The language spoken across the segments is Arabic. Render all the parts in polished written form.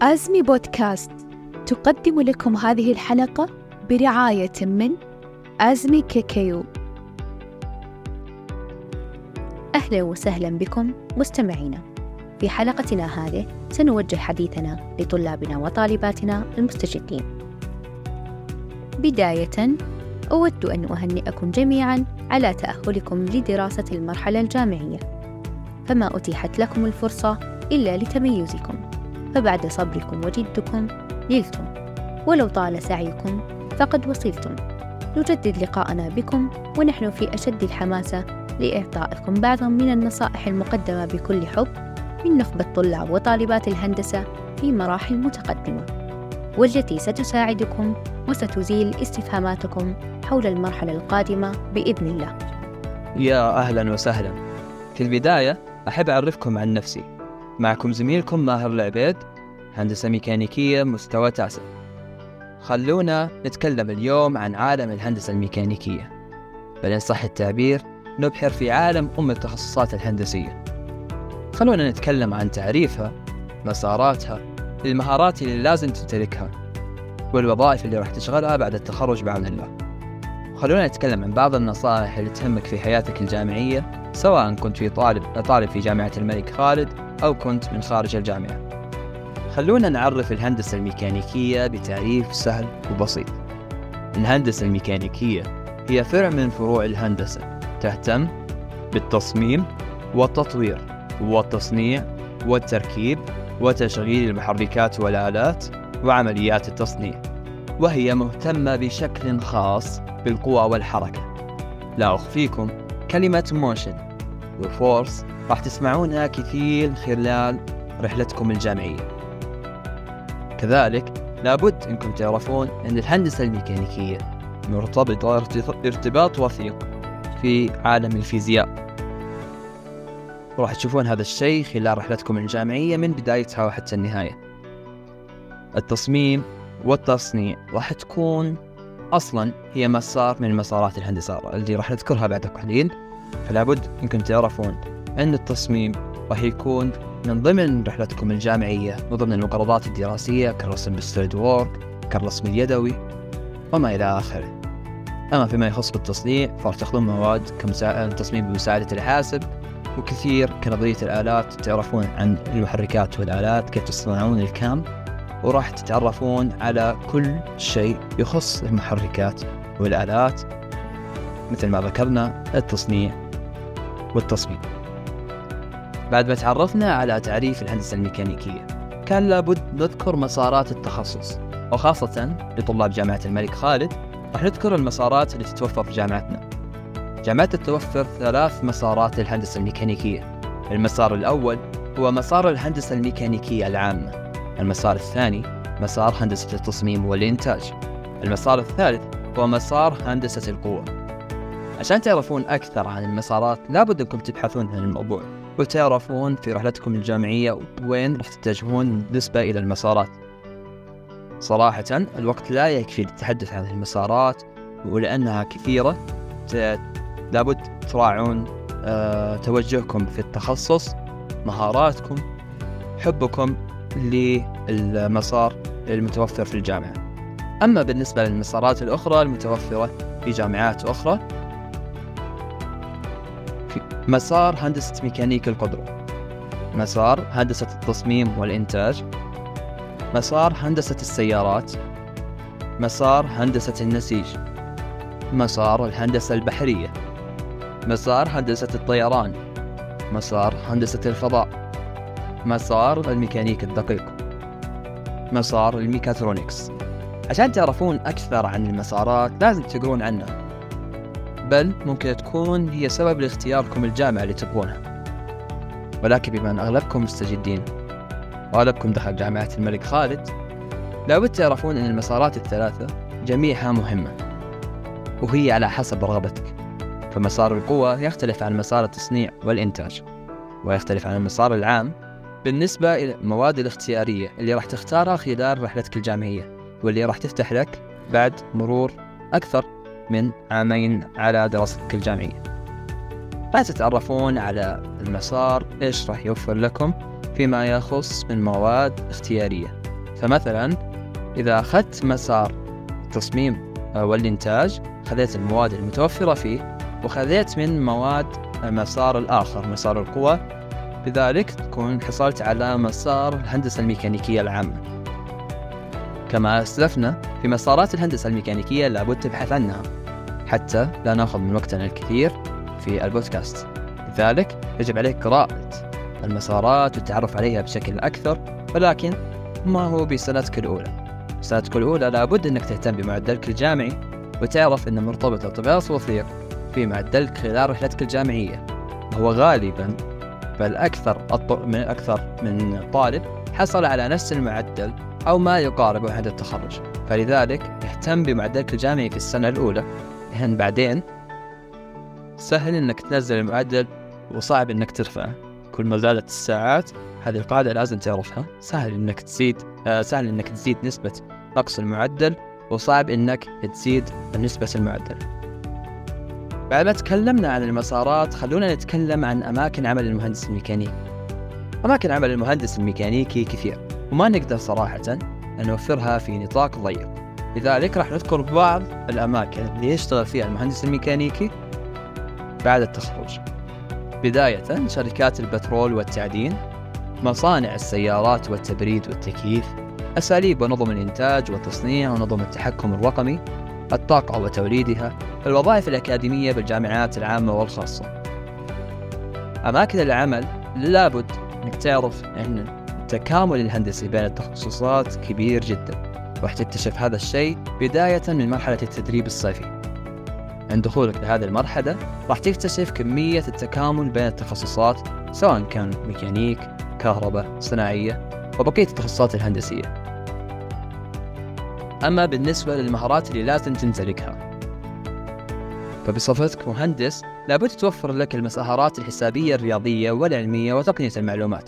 أزمي بودكاست تقدم لكم هذه الحلقة برعاية من أزمي كيكيو. أهلا وسهلا بكم مستمعينا. في حلقتنا هذه سنوجه حديثنا لطلابنا وطالباتنا المستجدين. بداية أود أن أهنئكم جميعا على تأهلكم لدراسة المرحلة الجامعية، فما أتيحت لكم الفرصة إلا لتميزكم، فبعد صبركم وجدكم نلتم، ولو طال سعيكم فقد وصلتم. نجدد لقاءنا بكم ونحن في أشد الحماسة لإعطائكم بعضا من النصائح المقدمة بكل حب من نخبة طلاب وطالبات الهندسة في مراحل متقدمة، والتي ستساعدكم وستزيل استفهاماتكم حول المرحلة القادمة بإذن الله. يا أهلا وسهلا. في البداية أحب أعرفكم عن نفسي. معكم زميلكم ماهر العبيد، هندسة ميكانيكية مستوى تاسع. خلونا نتكلم اليوم عن عالم الهندسة الميكانيكية، بل إن صح التعبير نبحر في عالم التخصصات الهندسية. خلونا نتكلم عن تعريفها، مساراتها، المهارات اللي لازم تمتلكها، والوظائف اللي راح تشغلها بعد التخرج بعون الله. خلونا نتكلم عن بعض النصائح اللي تهمك في حياتك الجامعية، سواء كنت طالب في جامعة الملك خالد أو كنت من خارج الجامعة. خلونا نعرف الهندسة الميكانيكية بتعريف سهل وبسيط. الهندسة الميكانيكية هي فرع من فروع الهندسة، تهتم بالتصميم والتطوير والتصنيع والتركيب وتشغيل المحركات والآلات وعمليات التصنيع، وهي مهتمة بشكل خاص بالقوى والحركة. لا أخفيكم، كلمة موشن وفورس راح تسمعونها كثير خلال رحلتكم الجامعية. كذلك لابد أنكم تعرفون أن الهندسة الميكانيكية مرتبطة ارتباط وثيق في عالم الفيزياء، وراح تشوفون هذا الشيء خلال رحلتكم الجامعية من بدايتها وحتى النهاية. التصميم والتصنيع راح تكون أصلا هي مسار من مسارات الهندسة اللي راح نذكرها بعد قليل. فلابد أنكم تعرفون أن التصميم راح يكون من ضمن رحلتكم الجامعية وضمن المقررات الدراسية، كالرسم بالسوليد وورك، كالرسم اليدوي وما إلى آخره. أما فيما يخص بالتصنيع فراح تأخذون مواد كتصميم بمساعدة الحاسب، وكثير كنظرية الآلات، تعرفون عن المحركات والآلات كيف تصنعون الكام، وراح تتعرفون على كل شيء يخص المحركات والآلات مثل ما ذكرنا التصنيع والتصميم. بعد ما تعرفنا على تعريف الهندسة الميكانيكية، كان لابد نذكر مسارات التخصص، وخاصة لطلاب جامعة الملك خالد راح نذكر المسارات اللي تتوفر في جامعتنا. جامعتنا توفر 3 مسارات للهندسة الميكانيكية. المسار الأول هو مسار الهندسة الميكانيكية العامة. المسار الثاني مسار هندسة التصميم والإنتاج. المسار الثالث هو مسار هندسة القوة. عشان تعرفون أكثر عن المسارات لابد أنكم تبحثون عن الموضوع وتعرفون في رحلتكم الجامعية وين راح تتجهون بالنسبة إلى المسارات. صراحة الوقت لا يكفي للتحدث عن المسارات، ولأنها كثيرة لابد تراعون توجهكم في التخصص، مهاراتكم، حبكم للمسار المتوفر في الجامعة. أما بالنسبة للمسارات الأخرى المتوفرة في جامعات أخرى، في مسار هندسة ميكانيك القدرة، مسار هندسة التصميم والإنتاج، مسار هندسة السيارات، مسار هندسة النسيج، مسار الهندسة البحرية، مسار هندسة الطيران، مسار هندسة الفضاء، مسار الميكانيك الدقيق، مسار الميكاترونكس. عشان تعرفون أكثر عن المسارات لازم تقرون عنها، بل ممكن تكون هي سبب لاختياركم الجامعة اللي تبغونها. ولكن بما أن أغلبكم مستجدين وأغلبكم دخل جامعة الملك خالد، لابد تعرفون أن المسارات ال3 جميعها مهمة، وهي على حسب رغبتك. فمسار القوة يختلف عن مسار التصنيع والإنتاج، ويختلف عن المسار العام بالنسبة إلى المواد الاختيارية اللي راح تختارها خلال رحلتك الجامعية، واللي راح تفتح لك بعد مرور أكثر من 2 عام على دراستك الجامعية. راح تتعرفون على المسار إيش راح يوفر لكم فيما يخص من مواد اختيارية، فمثلا إذا أخذت مسار التصميم والإنتاج، خذيت المواد المتوفرة فيه وخذيت من مواد المسار الآخر مسار القوى، بذلك تكون حصلت على مسار الهندسة الميكانيكية العامة. كما أسلفنا في مسارات الهندسة الميكانيكية لابد تبحث عنها حتى لا نأخذ من وقتنا الكثير في البودكاست، لذلك يجب عليك قراءة المسارات والتعرف عليها بشكل أكثر، ولكن ما هو بسنتك الأولى. سنتك الأولى لابد أنك تهتم بمعدلك الجامعي وتعرف أنه مرتبط ارتباط وثيق في معدلك خلال رحلتك الجامعية. هو غالبا بل أكثر من طالب حصل على نفس المعدل أو ما يقارب عند التخرج، فلذلك اهتم بمعدلك الجامعي في السنة الأولى، لأن بعدين سهل أنك تنزل المعدل وصعب أنك ترفعه. كل ما زادت الساعات، هذه القاعدة لازم تعرفها، سهل أنك تزيد نسبة نقص المعدل وصعب أنك تزيد نسبة المعدل. بعد ما تكلمنا عن المسارات، خلونا نتكلم عن أماكن عمل المهندس الميكانيكي. أماكن عمل المهندس الميكانيكي كثير وما نقدر صراحة أن نوفرها في نطاق ضيق، لذلك راح نذكر بعض الأماكن اللي يشتغل فيها المهندس الميكانيكي بعد التخرج. بداية شركات البترول والتعدين، مصانع السيارات والتبريد والتكييف، أساليب ونظم الإنتاج والتصنيع ونظم التحكم الرقمي، الطاقة وتوليدها، الوظائف الأكاديمية بالجامعات العامة والخاصة. أماكن العمل لابد أنك تعرف أن التكامل الهندسي بين التخصصات كبير جدا، راح تكتشف هذا الشيء بداية من مرحلة التدريب الصيفي. عند دخولك لهذه المرحلة راح تكتشف كمية التكامل بين التخصصات، سواء كان ميكانيك، كهرباء، صناعية وبقية التخصصات الهندسية. أما بالنسبة للمهارات اللي لازم تمتلكها، فبصفتك مهندس لابد توفر لك المهارات الحسابية الرياضية والعلمية وتقنية المعلومات.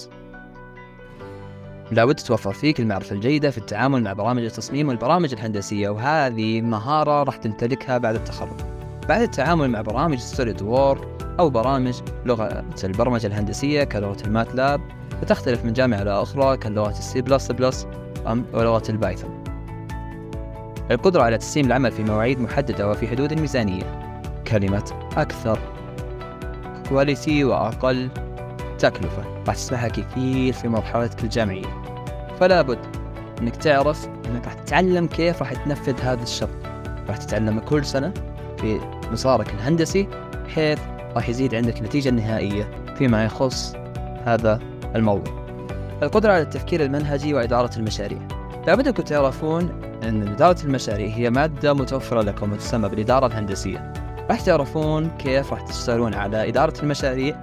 لابد توفر فيك المعرفة الجيدة في التعامل مع برامج التصميم والبرامج الهندسية، وهذه مهارة راح تمتلكها بعد التخرج. بعد التعامل مع برامج السوليد وورك أو برامج لغة البرمجة الهندسية كلغة الماتلاب، وتختلف من جامعة إلى أخرى كلغة السي بلس بلس ولغة البايثون. القدرة على تسليم العمل في مواعيد محددة وفي حدود الميزانية، كلمة أكثر كواليتي وأقل تكلفة راح تسمعها كثير في مرحلتك الجامعية. فلا بد أنك تعرف أنك راح تتعلم كيف راح تنفذ هذا الشرط، راح تتعلم كل سنة في مسارك الهندسي، بحيث راح يزيد عندك النتيجة النهائية فيما يخص هذا الموضوع. القدرة على التفكير المنهجي وإدارة المشاريع، لابد أنكم تعرفون أن إدارة المشاريع هي مادة متوفرة لكم وتسمى بالإدارة الهندسية. راح تعرفون كيف راح تشتغلون على إدارة المشاريع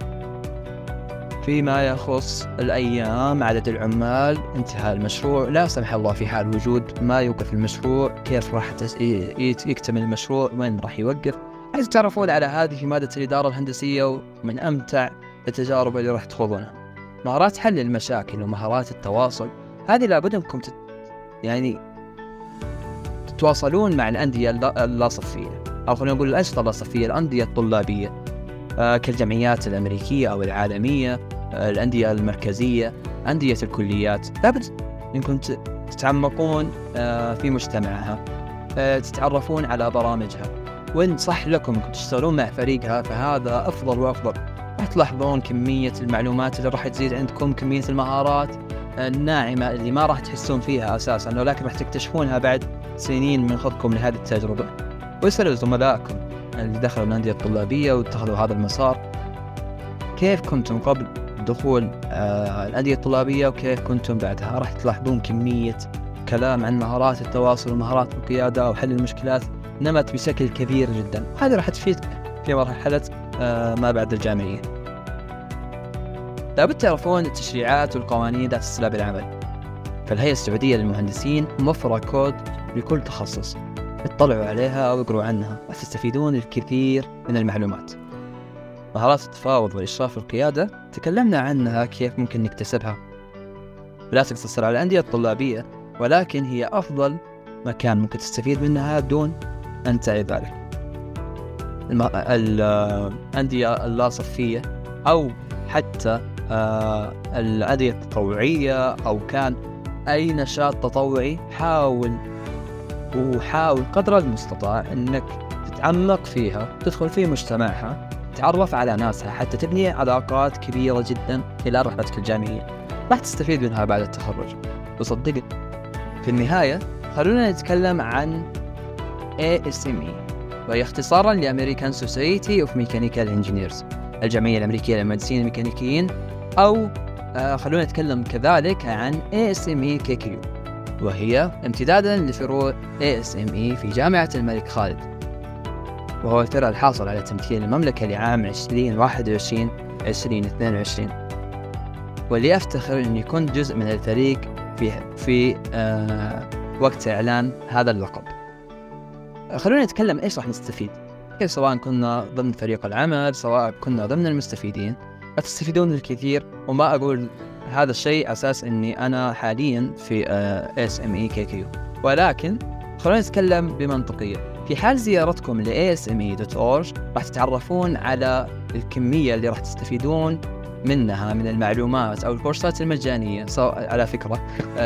فيما يخص الأيام، عدد العمال، انتهاء المشروع، لا سمح الله في حال وجود ما يوقف المشروع، كيف راح يكتمل المشروع، وين راح يوقف. عايز تعرفون على هذه في مادة الإدارة الهندسية، ومن أمتع التجارب اللي راح تخوضونها. مهارات حل المشاكل ومهارات التواصل، هذه لابد أنكم تتواصلون مع الأندية اللاصفية، أو خلينا نقول الأنشطة اللاصفية، الأندية الطلابية كالجمعيات الأمريكية أو العالمية، الأندية المركزية، أندية الكليات. لابد أنكم تتعمقون في مجتمعها، تتعرفون على برامجها، وإن صح لكم أنكم تشتغلون مع فريقها فهذا أفضل وأفضل. راح تلاحظون كمية المعلومات اللي راح تزيد عندكم، كمية المهارات الناعمة اللي ما راح تحسون فيها أساساً، ولكن راح تكتشفونها بعد سنين من خوضكم لهذه التجربة. واسألوا زملائكم اللي دخلوا الأندية الطلابية واتخذوا هذا المسار كيف كنتم قبل دخول الأندية الطلابية وكيف كنتم بعدها. راح تلاحظون كمية كلام عن مهارات التواصل ومهارات القيادة وحل المشكلات نمت بشكل كبير جدا، وهذا راح تفيدك في مرحلة ما بعد الجامعية. لابد تعرفون التشريعات والقوانين ذات الصلة بالعمل. فالهيئة السعودية للمهندسين موفرة كود لكل تخصص، اطلعوا عليها أو اقروا عنها وتستفيدون الكثير من المعلومات. مهارات التفاوض والإشراف والقيادة تكلمنا عنها كيف ممكن نكتسبها، لا تقتصر على الأندية الطلابية، ولكن هي أفضل مكان ممكن تستفيد منها دون أن تعي ذلك. الأندية اللاصفية أو حتى الأندية التطوعية أو كان أي نشاط تطوعي حاول قدر المستطاع أنك تتعمق فيها، تدخل في مجتمعها، تعرف على ناسها، حتى تبني علاقات كبيرة جدا خلال رحلتك الجامعية. راح تستفيد منها بعد التخرج وصدقني. في النهاية خلونا نتكلم عن ASME، وهي اختصارا لأمريكان سوسايتي اوف ميكانيكال انجينيرز، الجمعية الأمريكية للمهندسين الميكانيكيين، أو خلونا نتكلم كذلك عن ASME KQ، وهي امتدادا لفروع ASME في جامعة الملك خالد، وهو الفرع الحاصل على تمثيل المملكة لعام 2021-2022، واللي أفتخر أن يكون جزء من الفريق في وقت إعلان هذا اللقب. خلونا نتكلم إيش راح نستفيد، سواء كنا ضمن فريق العمل، سواء كنا ضمن المستفيدين. تستفيدون الكثير، وما أقول هذا الشيء أساس أني أنا حاليا في ASME KQ، ولكن خلونا نتكلم بمنطقية. في حال زيارتكم ل ASME.org راح تتعرفون على الكمية اللي راح تستفيدون منها من المعلومات أو الكورسات المجانية. على فكرة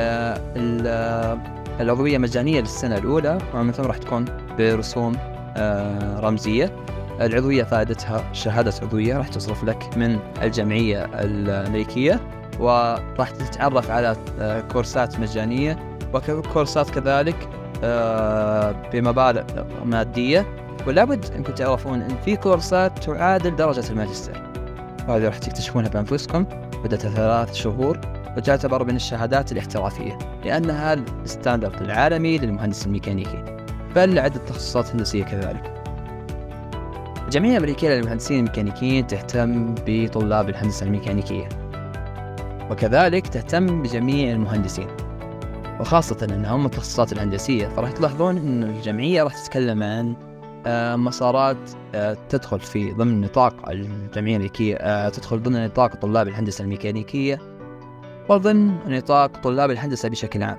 العضوية مجانية للسنة الأولى، ومن ثم راح تكون برسوم رمزية. العضوية فائدتها شهادة عضوية راح تصرف لك من الجمعية الأمريكية، وراح تتعرف على كورسات مجانية وكورسات كذلك بمبالغ مادية. ولابد أنكم تعرفون أن في كورسات تعادل درجة الماجستير، وهذه راح تكتشفونها بأنفسكم مدتها 3 شهور، وتعتبر من الشهادات الاحترافية لأنها الستاندرد العالمي للمهندس الميكانيكي، بل لعدة تخصصات هندسية كذلك. الجمعية الأمريكية للمهندسين الميكانيكيين تهتم بطلاب الهندسة الميكانيكية، وكذلك تهتم بجميع المهندسين، وخاصة أنهم التخصصات الهندسية. فراح تلاحظون أن الجمعية راح تتكلم عن مسارات تدخل في ضمن نطاق الجمعية الأمريكية، تدخل ضمن نطاق طلاب الهندسة الميكانيكية وضمن نطاق طلاب الهندسة بشكل عام.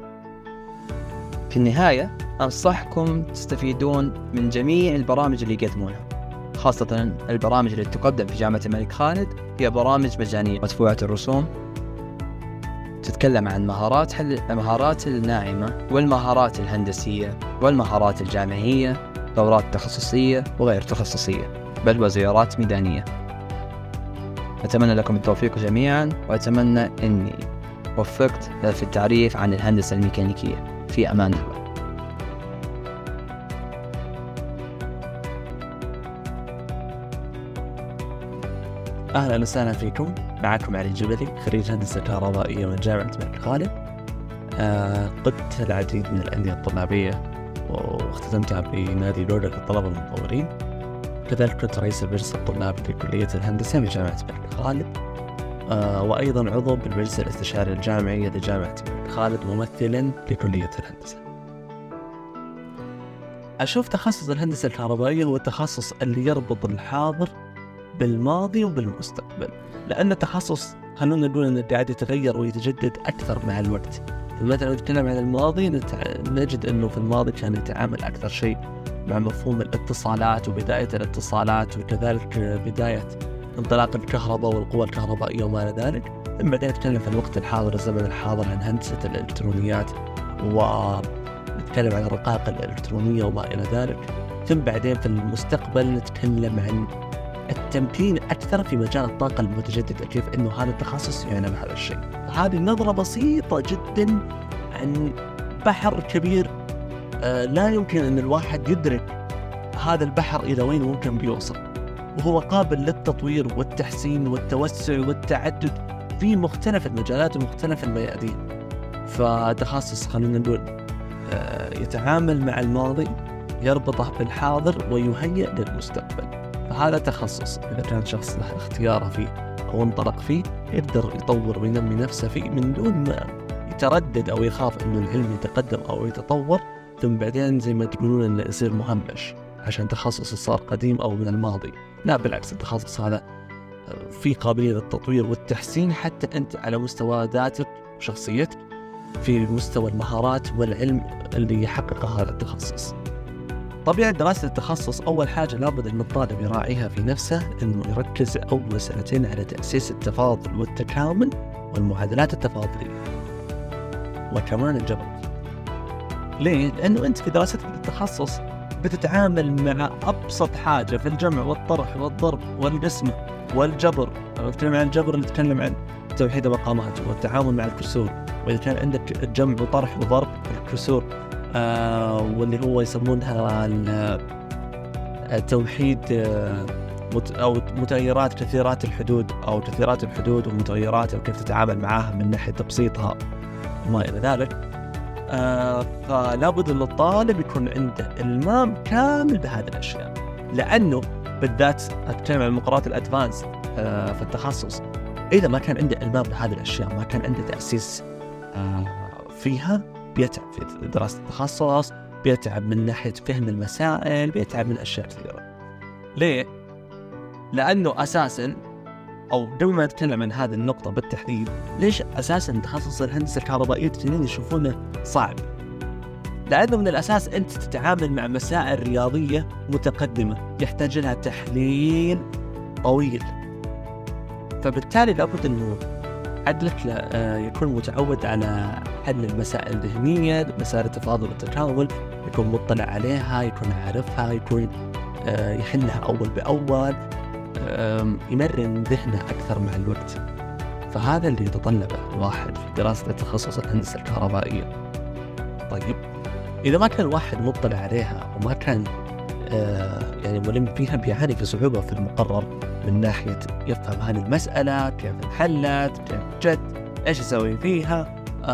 في النهاية أنصحكم تستفيدون من جميع البرامج اللي يقدمونها، خاصة البرامج اللي تقدم في جامعة الملك خالد. هي برامج مجانية مدفوعة الرسوم، تتكلم عن المهارات الناعمة والمهارات الهندسية والمهارات الجامعية، دورات تخصصية وغير تخصصية، بل وزيارات ميدانية. أتمنى لكم التوفيق جميعا، وأتمنى أني وفقت في التعريف عن الهندسة الميكانيكية. في أمان الله. أهلا وسهلا فيكم، معكم علي الجبلي، خريج هندسة كهربائية من جامعة الملك خالد. قدت العديد من الأندية الطلابية واختتمتها بنادي لولا للطلبة المطورين، كذلك كنت رئيس المجلس الطلابي لكلية الهندسة بجامعة الملك خالد، وأيضا عضو بالمجلس الاستشاري الجامعي لجامعة الملك خالد ممثلا لكلية الهندسة. أشوف تخصص الهندسة الكهربائية هو التخصص اللي يربط الحاضر بالماضي وبالمستقبل، لأن التخصص خلونا نقول أنه قاعد يتغير ويتجدد أكثر مع الوقت. مثلا نتكلم عن الماضي، نجد أنه في الماضي كان يتعامل أكثر شيء مع مفهوم الاتصالات وبداية الاتصالات، وكذلك بداية انطلاق الكهرباء والقوى الكهربائية وما إلى ذلك. ثم بعدين نتكلم في الوقت الحاضر، الزمن الحاضر، عن هندسة الإلكترونيات، ونتكلم عن الرقائق الإلكترونية وما إلى ذلك. ثم بعدين في المستقبل نتكلم عن التمكين أكثر في مجال الطاقة المتجددة، كيف أنه هذا التخصص يعنى بهذا الشيء. هذه نظرة بسيطة جدا عن بحر كبير، لا يمكن أن الواحد يدرك هذا البحر إلى وين ممكن بيوصل، وهو قابل للتطوير والتحسين والتوسع والتعدد في مختلف المجالات ومختلف الميادين. فتخصص خلينا نقول يتعامل مع الماضي، يربطه بالحاضر ويهيئ للمستقبل. فهذا تخصص إذا كان شخص له اختياره فيه أو انطلق فيه، يقدر يطور وينمي نفسه فيه من دون ما يتردد أو يخاف أنه العلم يتقدم أو يتطور، ثم بعدين زي ما تقولون أنه يصير مهمش عشان تخصص صار قديم أو من الماضي. لا بالعكس، التخصص هذا فيه قابلية للتطوير والتحسين، حتى أنت على مستوى ذاتك وشخصيتك، في مستوى المهارات والعلم اللي يحققه هذا التخصص. طبيعة دراسة التخصص، أول حاجة لابد أن الطالب يراعيها في نفسه أنه يركز أول 2 على تأسيس التفاضل والتكامل والمعادلات التفاضلية. وكمان الجبر. ليه؟ لأنه أنت في دراستك للتخصص بتتعامل مع أبسط حاجة في الجمع والطرح والضرب والقسمة والجبر. نتكلم عن الجبر، نتكلم عن توحيد مقامات والتعامل مع الكسور، وإذا كان عندك جمع وطرح وضرب الكسور واللي هو يسمونها التوحيد أو متغيرات كثيرات الحدود أو كثيرات الحدود ومتغيرات وكيف تتعامل معها من ناحية تبسيطها وما إلى ذلك. فلا بد أن الطالب يكون عنده إلمام كامل بهذه الأشياء، لأنه بالذات أتكلم عن المقررات الأدفانس في التخصص، إذا ما كان عنده إلمام بهذه الأشياء، ما كان عنده تأسيس فيها، بيتعب في دراسة التخصص، بيتعب من ناحية فهم المسائل، بيتعب من أشياء كثيرة. ليه؟ لأنه أساساً، أو قبل ما نتكلم عن هذه النقطة بالتحديد، ليش أساساً تخصص الهندسة الكهربائية تجدين يشوفونه صعب؟ لأنه من الأساس أنت تتعامل مع مسائل رياضية متقدمة يحتاج لها تحليل طويل، فبالتالي لابد أنه عقلك يكون متعود على حل المسائل الذهنية، مسائل التفاضل والتكامل، يكون مطلع عليها، يكون عارفها، يكون يحلها أول بأول، يمرن ذهنه أكثر مع الوقت. فهذا اللي يتطلبه الواحد في دراسة تخصص الهندسة الكهربائية. طيب إذا ما كان الواحد مطلع عليها وما كان يعني ملم فيها، بيعاني في صعوبة في المقرر من ناحية يفهم هذه المسألة كيف انحلت، كيف جد، إيش يسوي فيها.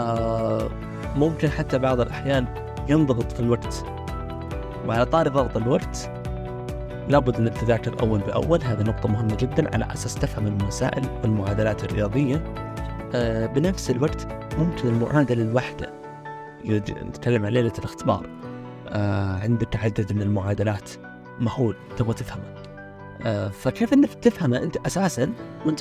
ممكن حتى بعض الأحيان ينضغط في الوقت. وعلى طاري ضغط الوقت، لابد أن تذاكر أول بأول، هذا نقطة مهمة جدا، على أساس تفهم المسائل والمعادلات الرياضية. بنفس الوقت ممكن المعادلة الواحدة نتكلم عن ليلة الاختبار، عندك عدد من المعادلات مهول تبغى تفهمها، فكيف أنك تفهمها أنت أساسا وأنت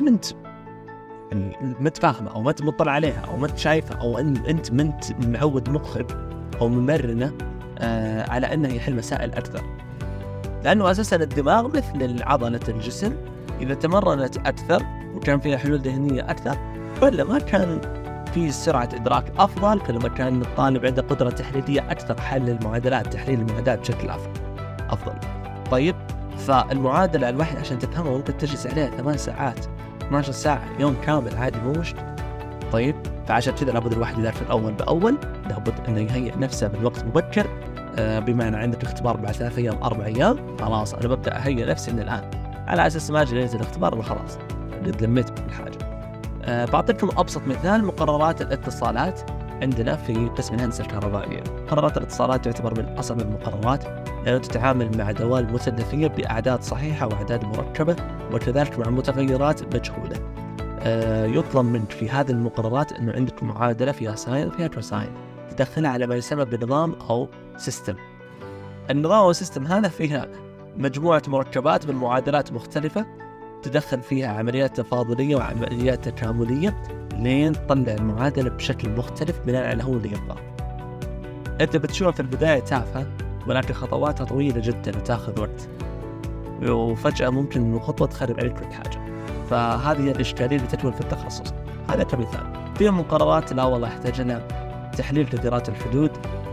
ما تفهمها أو ما مطلع عليها أو ما شايفها، أو أنت معود مخك أو ممرنة على أنه يحل مسائل أكثر. لأنه أساساً الدماغ مثل عضلة الجسم، إذا تمرنت أكثر وكان فيها حلول ذهنية أكثر، كلما كان في سرعة إدراك أفضل، كلما كان الطالب عنده قدرة تحليلية أكثر، حل المعادلات، تحليل المعادلات بشكل أفضل. طيب، فالمعادلة الواحدة عشان تفهمها ممكن تجلس عليها 8 ساعات 12 ساعة يوم كامل، عادي مو مشكلة. طيب، فعشان كذا لابد الواحد يذاكر أول بأول، لابد أنه يهيئ نفسه من وقت مبكر. بما أن عندك اختبار بعد 3 أيام 4 أيام، خلاص أنا ببدأ أهيئ نفسي من الآن، على أساس ما أجي ليلة الاختبار وخلاص قد لميت بكل حاجة. بعطيكم أبسط مثال، مقررات الاتصالات عندنا في قسم الهندسة الكهربائية. مقررات الاتصالات تعتبر من أصعب المقررات، لأنه تتعامل مع دوال مثلثية بأعداد صحيحة وأعداد مركبة، وكذلك مع متغيرات مجهولة. يطلب منك في هذه المقررات أنه عندك معادلة فيها ساين وفيها كوساين، تدخلها على ما يسمى بنظام أو سيستم. النظام أو السيستم هذا فيها مجموعة مركبات من معادلات مختلفة، تدخل فيها عمليات تفاضلية وعمليات تكاملية لين تطلع المعادلة بشكل مختلف بناء على هو اللي يبغاه. أنت بتشوف في البداية تافهة، ولكن خطواتها طويلة جدا وتأخذ وقت، وفجأة ممكن خطوة تخرب عليك كل حاجة. فهذه الإشكالية اللي تكمن في التخصص. هذا كمثال. في مقررات لا والله يحتاج لنا تحليل كثيرات الحدود،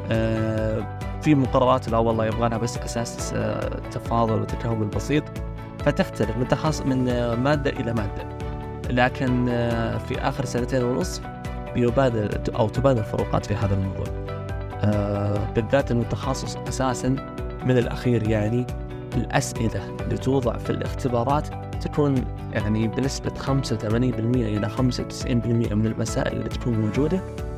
في مقررات لا والله يبغى لها بس أساس تفاضل وتكامل بسيط، فتختلف من مادة إلى مادة. لكن في آخر 2.5 تبان الفروقات في هذا الموضوع، بالذات أن التخصص أساسا من الأخير. يعني الأسئلة اللي توضع في الاختبارات تكون يعني بنسبة 85% إلى 95% من المسائل اللي تكون موجودة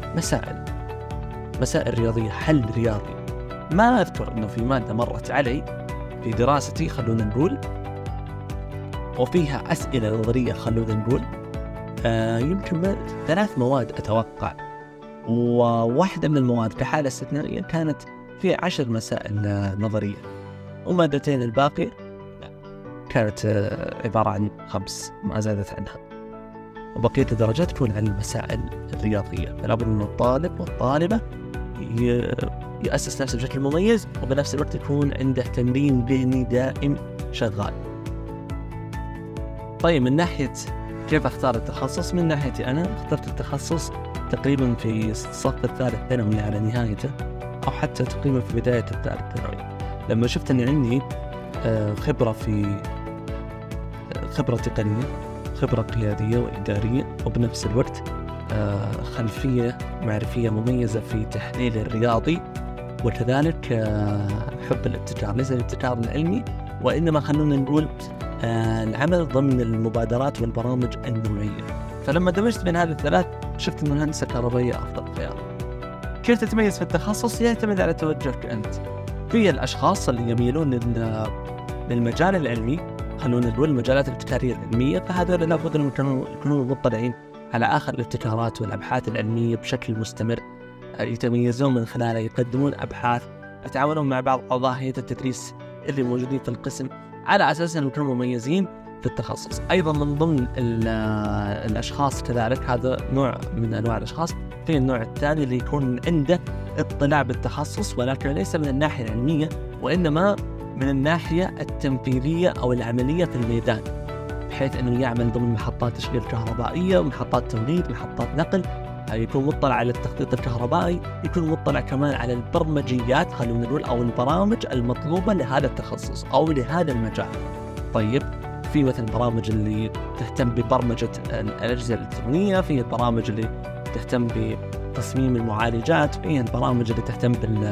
مسائل رياضية، حل رياضي. ما أذكر أنه في مادة مرت علي في دراستي خلونا نقول وفيها أسئلة نظرية خلونا نقول يمكن 3 مواد أتوقع، وواحدة من المواد كحالة استثنائية كانت فيها 10 مسائل نظرية، ومادتين الباقي كانت عبارة عن 5 ما زادت عنها، وبقية الدرجات تكون عن المسائل الرياضية. فلا بد أن الطالب والطالبة يأسس نفسه بشكل مميز، وبنفس الوقت يكون عنده تمرين ذهني دائم شغال. طيب، من ناحية كيف أختار التخصص؟ من ناحيتي أنا اخترت التخصص تقريبا في الصف الثالث ثانوي على نهايته، أو حتى تقريبا في بداية الثالث ثانوي، لما شفت أن عندي خبرة تقنية، خبرة قيادية وإدارية، وبنفس الوقت خلفية معرفية مميزة في تحليل الرياضي، وكذلك حب الابتكار، ليس الابتكار العلمي وإنما خلونا نقول العمل ضمن المبادرات والبرامج النوعية. فلما دمجت بين هذه الثلاث شفت أن الهندسة الكهربائية أفضل خيار. كيف تتميز في التخصص؟ يعتمد على توجهك أنت. في الأشخاص اللي يميلون للمجال العلمي، خلونا نقول المجالات الابتكارية العلمية، فهذول لابد أن يكونوا مطلعين على آخر الابتكارات والأبحاث العلمية بشكل مستمر، يتميزون من خلالها، يقدمون أبحاث، يتعاونون مع بعض أعضاء هيئة التدريس اللي موجودين في القسم على أساس أنهم يكونوا مميزين في التخصص. أيضا من ضمن الأشخاص كذلك، هذا نوع من أنواع الأشخاص. في النوع الثاني اللي يكون عنده اطلاع بالتخصص، ولكن ليس من الناحية العلمية وإنما من الناحية التنفيذية أو العملية في الميدان، بحيث أنه يعمل ضمن محطات تشغيل كهربائية، محطات توليد، محطات نقل، يكون مطلع على التخطيط الكهربائي، يكون مطلع كمان على البرمجيات، خلونا نقول، أو البرامج المطلوبة لهذا التخصص أو لهذا المجال. طيب، في مثل البرامج اللي تهتم ببرمجة الأجهزة الإلكترونية، في البرامج اللي تهتم بتصميم المعالجات، في البرامج اللي تهتم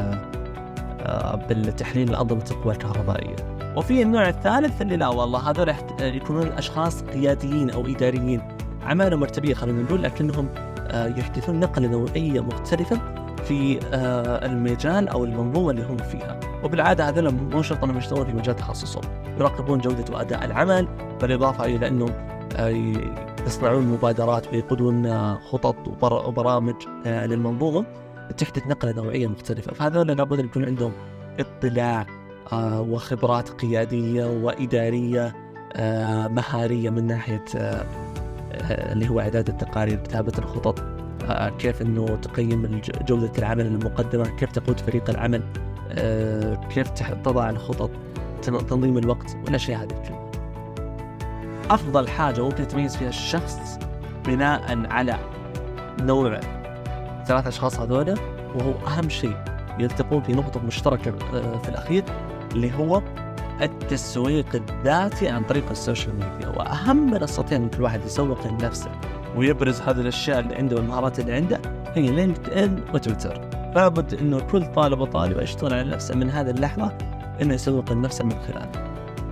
بالتحليل الأنظمة القوى الكهربائية. وفي النوع الثالث اللي لا والله هذول يكونون أشخاص قياديين أو إداريين، عمالة مرتبية خلونا نقول، لكنهم يحدثون نقلة نوعية مختلفة في المجال أو المنظومة اللي هم فيها. وبالعادة هذول مو شرط أنهم يشتغلون في مجال تخصصهم، يراقبون جودة وأداء العمل، بالإضافة إلى أنهم يصنعون مبادرات ويقودون خطط وبرامج للمنظومة تحدث نقلة نوعية مختلفة. فهذول لابد أن يكون عندهم اطلاع وخبرات قيادية وإدارية مهارية من ناحية اللي هو إعداد التقارير، كتابة الخطط، كيف أنه تقيم جودة العمل المقدمة، كيف تقود فريق العمل، كيف تضع الخطط، تنظيم الوقت والأشياء هذه كلها. أفضل حاجة ممكن يتميز فيها الشخص بناء على نوع ثلاث أشخاص هذولا، وهو أهم شيء يلتقون في نقطة مشتركة في الأخير، اللي هو التسويق الذاتي عن طريق السوشيال ميديا. وأهم منصتين كل واحد يسوق لنفسه ويبرز هذه الأشياء اللي عنده والمهارات اللي عنده هي لينكد إن وتويتر. فلابد إنه كل طالب وطالبة يشتغل على نفسه من هذه اللحظة، إنه يسوق لنفسه من خلاله.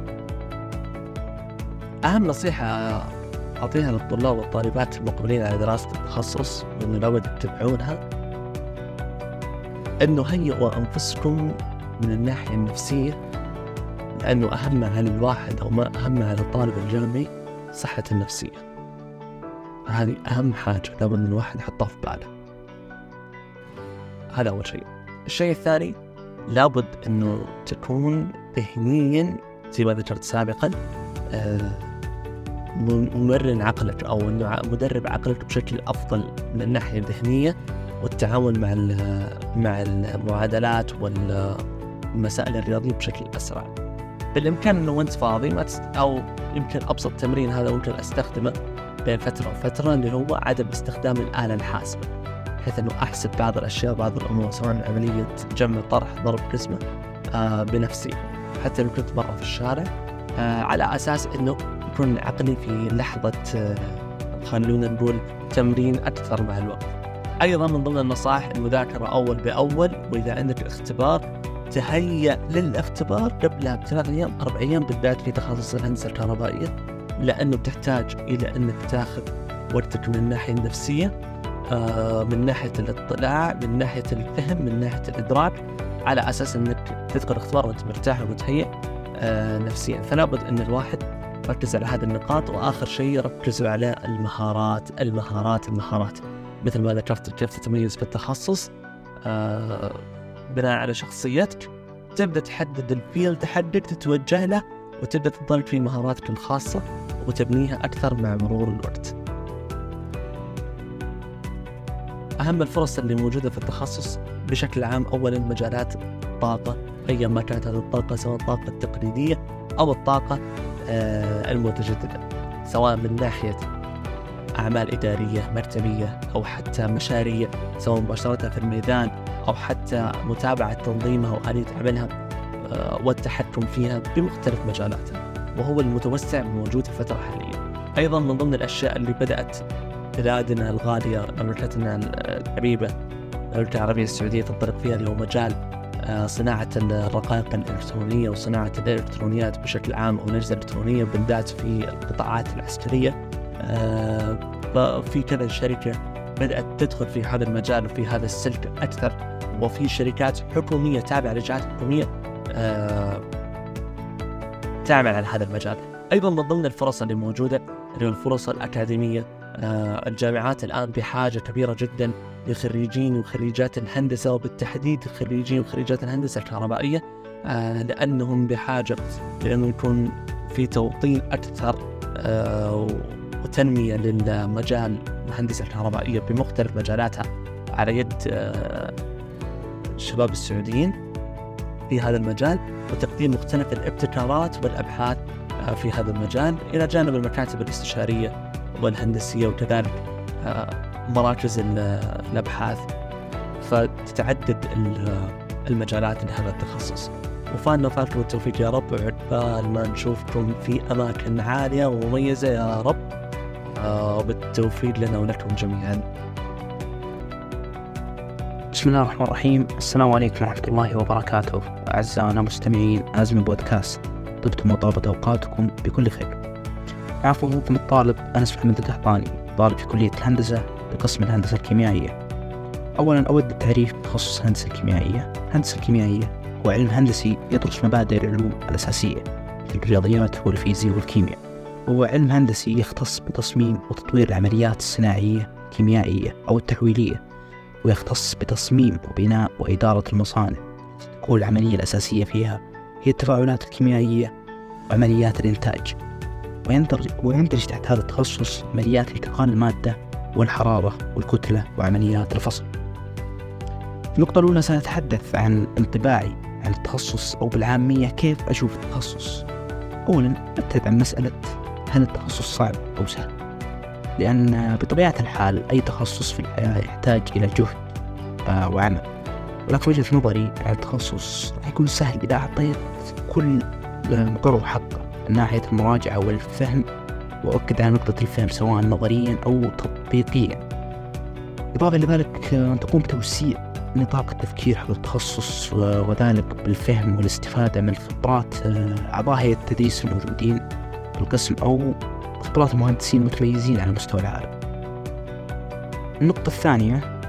أهم نصيحة أعطيها للطلاب والطالبات المقبلين على دراسة التخصص وإنه لابد تتبعونها، إنه هيئوا أنفسكم من الناحية النفسية، لأنه أهم على الواحد أو ما أهم على الطالب الجامعي صحة النفسية. هذه أهم حاجة لابد من الواحد يحطها في باله. هذا أول شيء. الشيء الثاني، لابد أنه تكون ذهنيا زي ما ذكرت سابقا ممرن عقلك، أو أنه مدرب عقلك بشكل أفضل من الناحية الذهنية، والتعامل مع المعادلات والمسائل الرياضية بشكل أسرع. بالإمكان أنه وانت فاضي أو يمكن أبسط تمرين هذا ممكن أستخدمه بين فترة وفترة، اللي هو عدم استخدام الآلة الحاسبة، بحيث أنه أحسب بعض الأشياء بعض الأمور، سواء عملية جمع طرح ضرب قسمة بنفسي، حتى لو كنت برا في الشارع، على أساس أنه يكون عقلي في لحظة خلونا نقول تمرين أكثر مع الوقت. أيضا من ضمن النصائح المذاكرة أول بأول، وإذا عندك اختبار تهيأ للاختبار قبلها ب3 أيام 4 أيام، بالذات في تخصص الهندسة الكهربائية، لأنه بتحتاج إلى أنك تاخذ وقتك من الناحية النفسية، من ناحية الاطلاع، من ناحية الفهم، من ناحية الإدراك، على أساس أنك تدخل اختبار وأنت مرتاح ومتهيئ نفسيا. فلا بد أن الواحد ركز على هذه النقاط. وآخر شيء ركزوا على المهارات مثل ما ذكرت، كيف تتميز في التخصص بناء على شخصيتك، تبدأ تحدد الفيلد حقك تتوجه له، وتبدأ تضل في مهاراتك الخاصة وتبنيها أكثر مع مرور الوقت. أهم الفرص اللي موجودة في التخصص بشكل عام، أولا مجالات الطاقة، أيا ما كانت هذه الطاقة، سواء الطاقة التقليدية أو الطاقة المتجددة، سواء من ناحية أعمال إدارية مكتبية أو حتى مشاريع سواء مباشرة في الميدان أو حتى متابعة تنظيمها وآلية عملها والتحكم فيها بمختلف مجالاتها، وهو المتوسع موجود في الفترة الحالية. أيضا من ضمن الأشياء اللي بدأت بلادنا الغالية مملكتنا الحبيبة المملكة العربية السعودية تنطلق فيها اللي هو مجال صناعة الرقائق الإلكترونية وصناعة الإلكترونيات بشكل عام والأجهزة الإلكترونية بالذات في القطاعات العسكرية. ففي كذا شركة بدأت تدخل في هذا المجال وفي هذا السلك أكثر، وفي شركات حكومية تابعة لجهات حكومية تعمل على هذا المجال. أيضا من ضمن الفرص اللي موجودة اللي هي الفرص الأكاديمية. الجامعات الآن بحاجة كبيرة جدا لخريجين وخريجات الهندسة، وبالتحديد خريجين وخريجات الهندسة الكهربائية، لأنهم بحاجة لأنه يكون في توطين أكثر وتنمية للمجال الهندسة الكهربائية بمختلف مجالاتها على يد الشباب السعوديين في هذا المجال، وتقديم مختلف الابتكارات والأبحاث في هذا المجال إلى جانب المكاتب الاستشارية والهندسية وكذلك مراكز الأبحاث. فتتعدد المجالات لهذا التخصص. وفالنا فالكم التوفيق يا رب، وعقبال ما نشوفكم في أماكن عالية ومميزة يا رب، وبالتوفيق لنا ولكم جميعا. بسم الله الرحمن الرحيم. السلام عليكم ورحمة الله وبركاته. أعزائنا مستمعين أزمة بودكاست، طبتم وطابت أوقاتكم بكل خير. معكم الطالب أنس محمد القحطاني، طالب في كلية الهندسة بقسم الهندسة الكيميائية. أولا أود التعريف بتخصص الهندسة الكيميائية. الهندسة الكيميائية هو علم هندسي يدرس مبادئ العلوم الأساسية في الرياضيات والفيزياء والكيمياء، وهو علم هندسي يختص بتصميم وتطوير العمليات الصناعية الكيميائية أو التحويلية، ويختص بتصميم وبناء وإدارة المصانع. تكون العملية الأساسية فيها هي التفاعلات الكيميائية وعمليات الإنتاج، ويندرج تحت هذا التخصص عمليات انتقال المادة والحرارة والكتلة وعمليات الفصل. في النقطة الأولى سنتحدث عن انطباعي عن التخصص، أو بالعامية كيف أشوف التخصص. أولا أبتعد عن مسألة هل التخصص صعب أو سهل، لأن بطبيعة الحال أي تخصص في الحياة يحتاج إلى جهد وعمل، ولكن وجهة نظري عن التخصص راح يكون سهل إذا أعطيت كل مقرر حقه من ناحية المراجعة والفهم، وأؤكد على نقطة الفهم سواء نظريا أو تطبيقيا. إضافة لذلك أن تقوم بتوسيع نطاق التفكير حول التخصص، وذلك بالفهم والاستفادة من خبرات أعضاء هيئة التدريس الموجودين في القسم أو خبرات المهندسين المتميزين على مستوى العالم. النقطة الثانية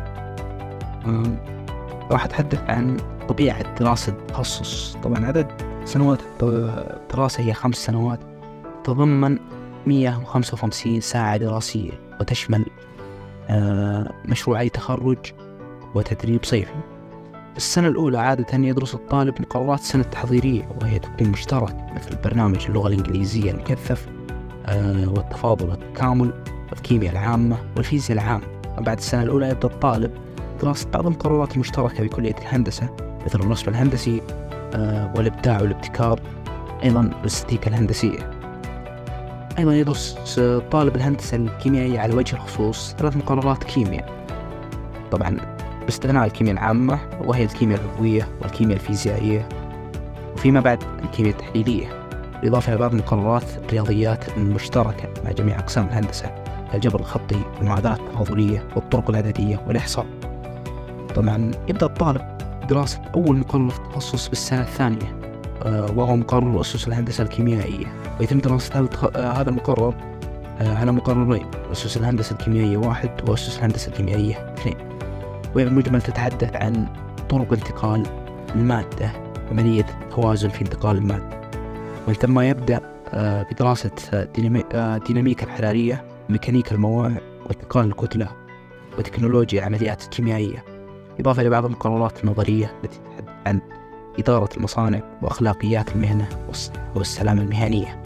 راح أتحدث عن طبيعة دراسة التخصص. طبعا عدد سنوات الدراسة هي 5 سنوات، تضمن 155 ساعة دراسية، وتشمل مشروعي تخرج وتدريب صيفي. في السنة الأولى عادة يدرس الطالب مقررات السنة التحضيرية، وهي تكون مشتركة مثل برنامج اللغة الإنجليزية المكثف والتفاضل والتكامل والكيمياء العامة والفيزياء العامة. وبعد السنة الأولى يبدأ الطالب دراسة بعض المقررات المشتركة بكلية الهندسة مثل الرسم الهندسي والإبداع والابتكار، أيضا الاستاتيكا الهندسية. أيضا يدرس طالب الهندسة الكيميائية على وجه الخصوص 3 مقررات كيمياء، طبعا باستثناء الكيمياء العامة وهي الكيمياء العضوية والكيمياء الفيزيائية، وفيما بعد الكيمياء التحليلية، بالإضافة إلى بعض مقررات الرياضيات المشتركة مع جميع أقسام الهندسة، الجبر الخطي والمعادلات التفاضلية والطرق العددية والإحصاء. طبعا يبدأ الطالب دراسة أول مقرر في التخصص بالسنة الثانية، وهو مقرر أسس الهندسة الكيميائية، ويتم دراسة هذا المقرر على مقررين: أسس الهندسة الكيميائية 1 وأسس الهندسة الكيميائية 2. وبالمجمل تتحدث عن طرق انتقال المادة، عملية التوازن في انتقال المادة، ومن ثم يبدأ بدراسة ديناميكا الحرارية، ميكانيكا الموائع، وانتقال الكتلة، وتكنولوجيا العمليات الكيميائية، إضافة لبعض المقررات النظرية التي تتحدث عن إدارة المصانع وأخلاقيات المهنة والسلامة المهنية.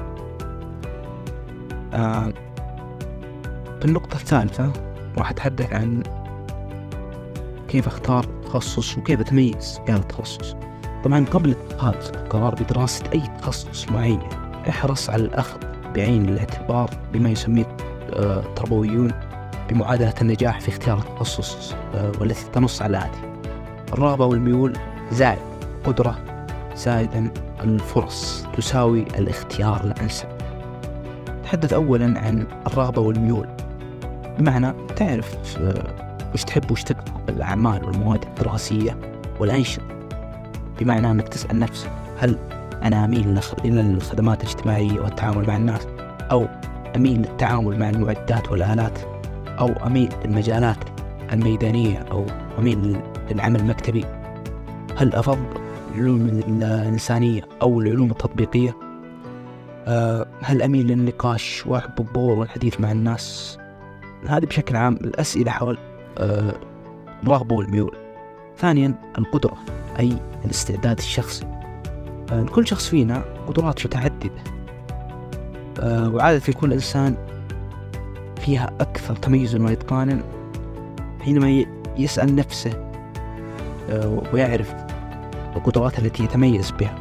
في النقطة الثالثة راح أتحدث عن كيف أختار تخصص وكيف أتميز في هذا التخصص. طبعا قبل اتخاذ القرار بدراسة أي تخصص معين، احرص على الأخذ بعين الاعتبار بما يسميه التربويون بمعادلة النجاح في اختيار التخصص والتي تنص على الآتي: الرغبة والميول زائد قدرة زائدا الفرص تساوي الاختيار الأنسب. نتحدث أولا عن الرغبة والميول، بمعنى تعرف وش تحب وش تكره بالأعمال والمواد الدراسية والأنشطة، بمعنى أنك تسأل نفسك: هل أنا أميل إلى الخدمات الاجتماعية والتعامل مع الناس، أو أميل للتعامل مع المعدات والآلات، أو أميل للمجالات الميدانية، أو أميل للعمل المكتبي؟ هل أفضل العلوم الإنسانية أو العلوم التطبيقية؟ هل أميل للنقاش وأحب الظهور والحديث مع الناس؟ هذه بشكل عام الأسئلة حول الرغبة والميول. ثانيا القدرة، أي الاستعداد الشخصي. لكل شخص فينا قدرات متعددة، وعادة يكون الإنسان فيها أكثر تميزا وإتقانا حينما يسأل نفسه ويعرف القدرات التي يتميز بها.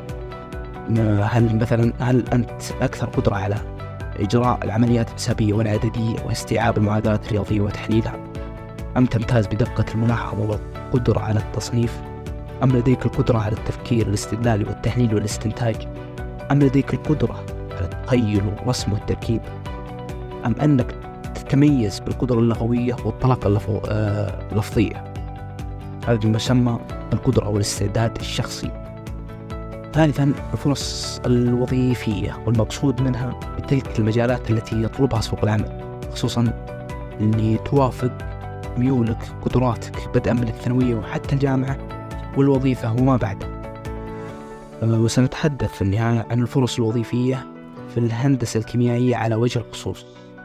هل أنت أكثر قدرة على إجراء العمليات الحسابية والعددية واستيعاب المعادلات الرياضية وتحليلها، أم تمتاز بدقة الملاحظة والقدرة على التصنيف، أم لديك القدرة على التفكير الاستدلالي والتحليل والاستنتاج، أم لديك القدرة على التخيل والرسم والتركيب، أم أنك تتميز بالقدرة اللغوية والطلاقة اللفظية؟ هذا ما يسمى القدرة والاستعداد الشخصي. ثالثا الفرص الوظيفية، والمقصود منها بتلك المجالات التي يطلبها سوق العمل، خصوصا اللي توافق ميولك قدراتك بدءا من الثانوية وحتى الجامعة والوظيفة وما بعدها. وسنتحدث في النهاية عن الفرص الوظيفية في الهندسة الكيميائية على وجه الخصوص.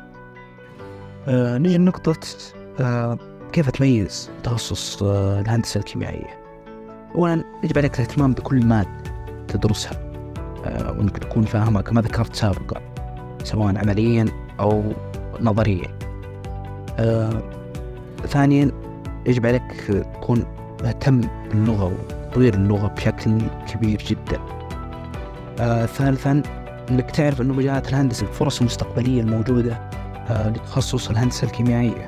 نيجي لنقطة كيف تميز تخصص الهندسة الكيميائية. أولا يجب عليك الاهتمام بكل مادة تدرسها، وأنك تكون فاهمها كما ذكرت سابقا، سواء عمليا أو نظريا. ثانيا يجب عليك تكون مهتم باللغة وتطوير اللغة بشكل كبير جدا. ثالثا أنك تعرف أنه مجالات الهندسة الفرص المستقبلية الموجودة لتخصص الهندسة الكيميائية.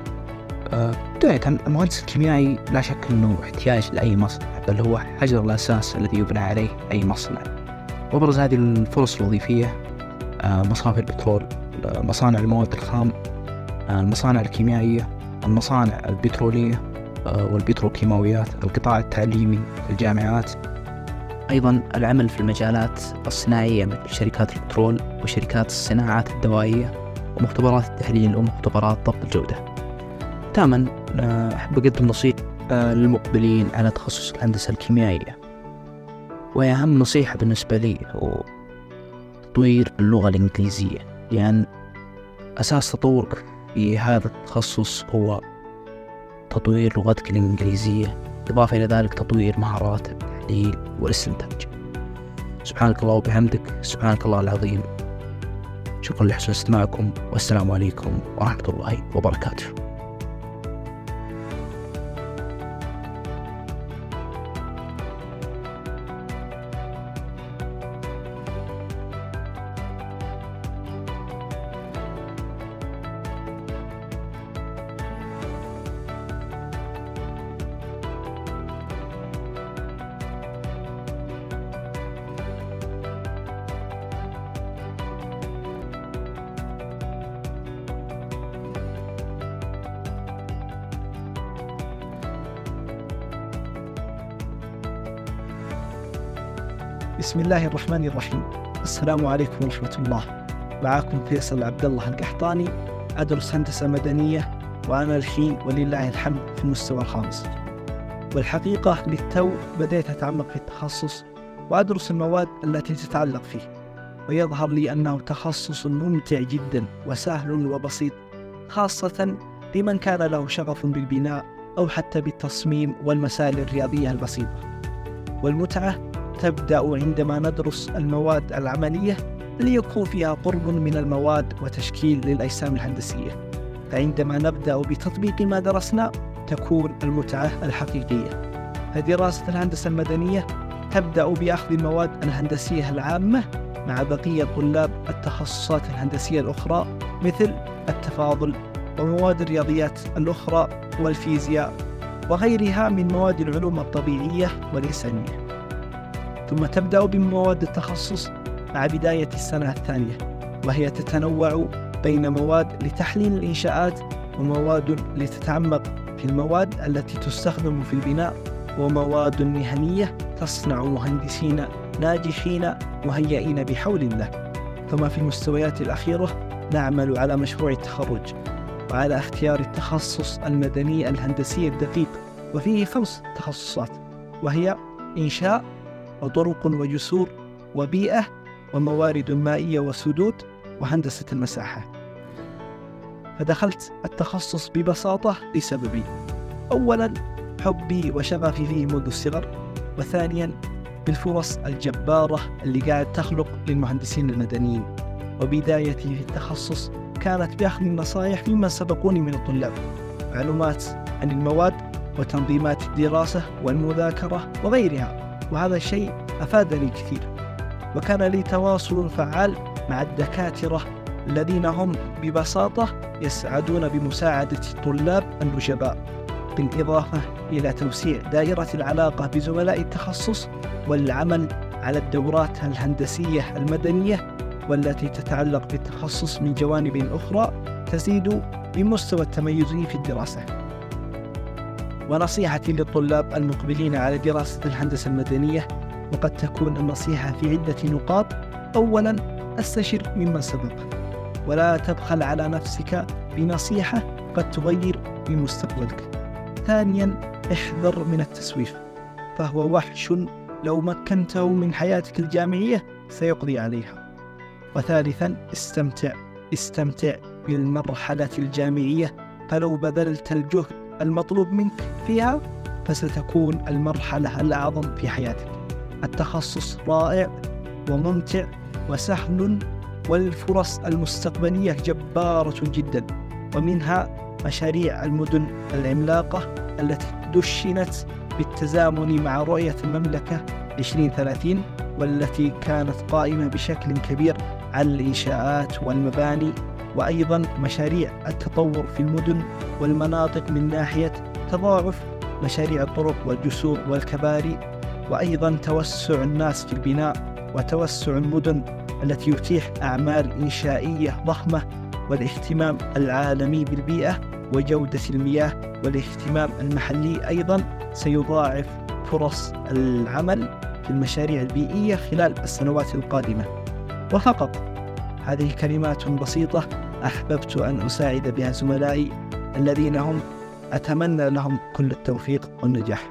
المهندس الكيميائي لا شك أنه احتياج لأي مصنع، بل هو حجر الأساس الذي يبنى عليه أي مصنع. وبرز هذه الفرص الوظيفية مصافي البترول، مصانع المواد الخام، المصانع الكيميائية، المصانع البترولية والبتروكيماويات، القطاع التعليمي في الجامعات، أيضا العمل في المجالات الصناعية مثل شركات البترول وشركات الصناعات الدوائية ومختبرات التحليل ومختبرات ضبط الجودة. ثامن أحب أقدم نصيحة للمقبلين على تخصص الهندسة الكيميائية، وهي أهم نصيحة بالنسبة لي هو تطوير اللغة الإنجليزية، لأن أساس تطورك في هذا التخصص هو تطوير لغتك الإنجليزية، إضافة إلى ذلك تطوير مهارات التحليل والاستنتاج. سبحانك الله وبحمدك، سبحانك الله العظيم. شكرا لحسن استماعكم، والسلام عليكم ورحمة الله وبركاته. بسم الله الرحمن الرحيم. السلام عليكم ورحمة الله. معكم فيصل عبد الله القحطاني، أدرس هندسة مدنية، وأنا الحين ولله الحمد في المستوى الخامس. والحقيقة للتو بديت أتعمق في التخصص وأدرس المواد التي تتعلق فيه، ويظهر لي أنه تخصص ممتع جدا وسهل وبسيط، خاصة لمن كان له شغف بالبناء أو حتى بالتصميم والمسائل الرياضية البسيطة. والمتعة تبدأ عندما ندرس المواد العملية ليكون فيها قرب من المواد وتشكيل للأجسام الهندسية، فعندما نبدأ بتطبيق ما درسنا تكون المتعة الحقيقية. فدراسة الهندسة المدنية تبدأ بأخذ المواد الهندسية العامة مع بقية طلاب التخصصات الهندسية الأخرى، مثل التفاضل ومواد الرياضيات الأخرى والفيزياء وغيرها من مواد العلوم الطبيعية والإنسانية. ثم تبدأ بمواد التخصص مع بداية السنة الثانية، وهي تتنوع بين مواد لتحليل الإنشاءات ومواد لتتعمق في المواد التي تستخدم في البناء ومواد مهنية تصنع مهندسين ناجحين مهيئين بحول الله. ثم في المستويات الأخيرة نعمل على مشروع التخرج وعلى اختيار التخصص المدني الهندسي الدقيق، وفيه 5 تخصصات، وهي إنشاء وطرق وجسور وبيئة وموارد مائية وسدود وهندسة المساحة. فدخلت التخصص ببساطة لسببين: أولا حبي وشغفي فيه منذ الصغر، وثانيا بالفرص الجبارة اللي قاعد تخلق للمهندسين المدنيين. وبدايتي في التخصص كانت بأخذ النصائح ممن سبقوني من الطلاب، معلومات عن المواد وتنظيمات الدراسة والمذاكرة وغيرها، وهذا الشيء أفادني كثير. وكان لي تواصل فعال مع الدكاترة الذين هم ببساطة يسعدون بمساعدة الطلاب النجباء، بالإضافة إلى توسيع دائرة العلاقة بزملاء التخصص والعمل على الدورات الهندسية المدنية والتي تتعلق بالتخصص من جوانب أخرى تزيد من مستوى التميز في الدراسة. ونصيحتي للطلاب المقبلين على دراسة الهندسة المدنية، وقد تكون النصيحة في عدة نقاط: أولا استشر ممن سبق، ولا تبخل على نفسك بنصيحة قد تغير من مستقبلك. ثانيا احذر من التسويف، فهو وحش لو مكنته من حياتك الجامعية سيقضي عليها. وثالثا استمتع بالمرحلة الجامعية، فلو بذلت الجهد المطلوب منك فيها فستكون المرحلة الأعظم في حياتك. التخصص رائع وممتع وسهل، والفرص المستقبلية جبارة جدا، ومنها مشاريع المدن العملاقة التي دشنت بالتزامن مع رؤية المملكة 2030، والتي كانت قائمة بشكل كبير على الإنشاءات والمباني، وأيضا مشاريع التطور في المدن والمناطق من ناحية تضاعف مشاريع الطرق والجسور والكباري، وأيضا توسع الناس في البناء وتوسع المدن التي يتيح أعمال إنشائية ضخمة، والاهتمام العالمي بالبيئة وجودة المياه والاهتمام المحلي أيضا سيضاعف فرص العمل في المشاريع البيئية خلال السنوات القادمة. وفقط هذه كلمات بسيطة أحببت أن أساعد بها زملائي الذين هم أتمنى لهم كل التوفيق والنجاح.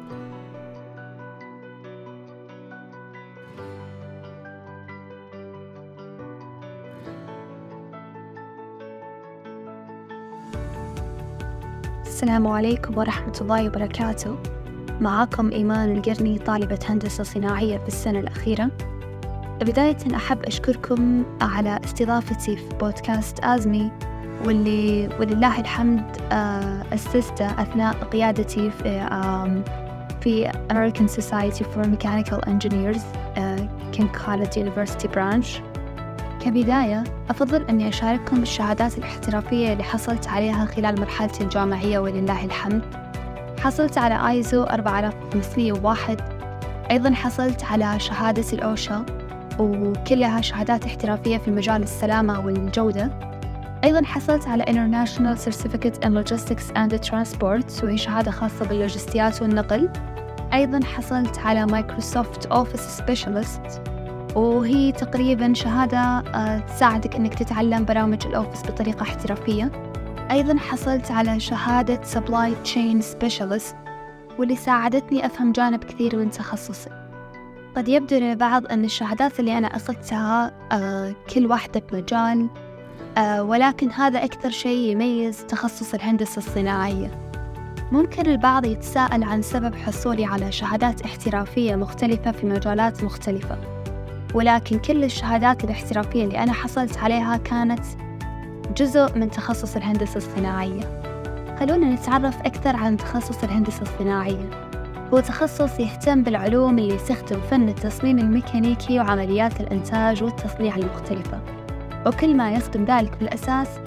السلام عليكم ورحمة الله وبركاته. معكم إيمان القرني، طالبة هندسة صناعية في السنة الأخيرة. بداية أحب أشكركم على استضافتي في بودكاست آزمي، واللي ولله الحمد أسسته أثناء قيادتي في American Society for Mechanical Engineers King Khalid University Branch. كبداية أفضل أني أشارككم بالشهادات الاحترافية اللي حصلت عليها خلال مرحلتي الجامعية ولله الحمد. حصلت على ISO 4501، أيضا حصلت على شهادة الأوشا، وكلها شهادات احترافية في مجال السلامة والجودة. أيضا حصلت على International Certificate in Logistics and Transport، وهي شهادة خاصة باللوجستيات والنقل. أيضا حصلت على Microsoft Office Specialist، وهي تقريبا شهادة تساعدك أنك تتعلم برامج الأوفيس بطريقة احترافية. أيضا حصلت على شهادة Supply Chain Specialist، واللي ساعدتني أفهم جانب كثير من تخصصي. قد يبدو للبعض أن الشهادات اللي أنا أخذتها كل واحدة بمجال، ولكن هذا أكثر شيء يميز تخصص الهندسة الصناعية. ممكن البعض يتساءل عن سبب حصولي على شهادات احترافية مختلفة في مجالات مختلفة، ولكن كل الشهادات الاحترافية اللي أنا حصلت عليها كانت جزء من تخصص الهندسة الصناعية. خلونا نتعرف أكثر عن تخصص الهندسة الصناعية. هو تخصص يهتم بالعلوم اللي يستخدم فن التصميم الميكانيكي وعمليات الإنتاج والتصنيع المختلفة، وكل ما يخدم ذلك بالأساس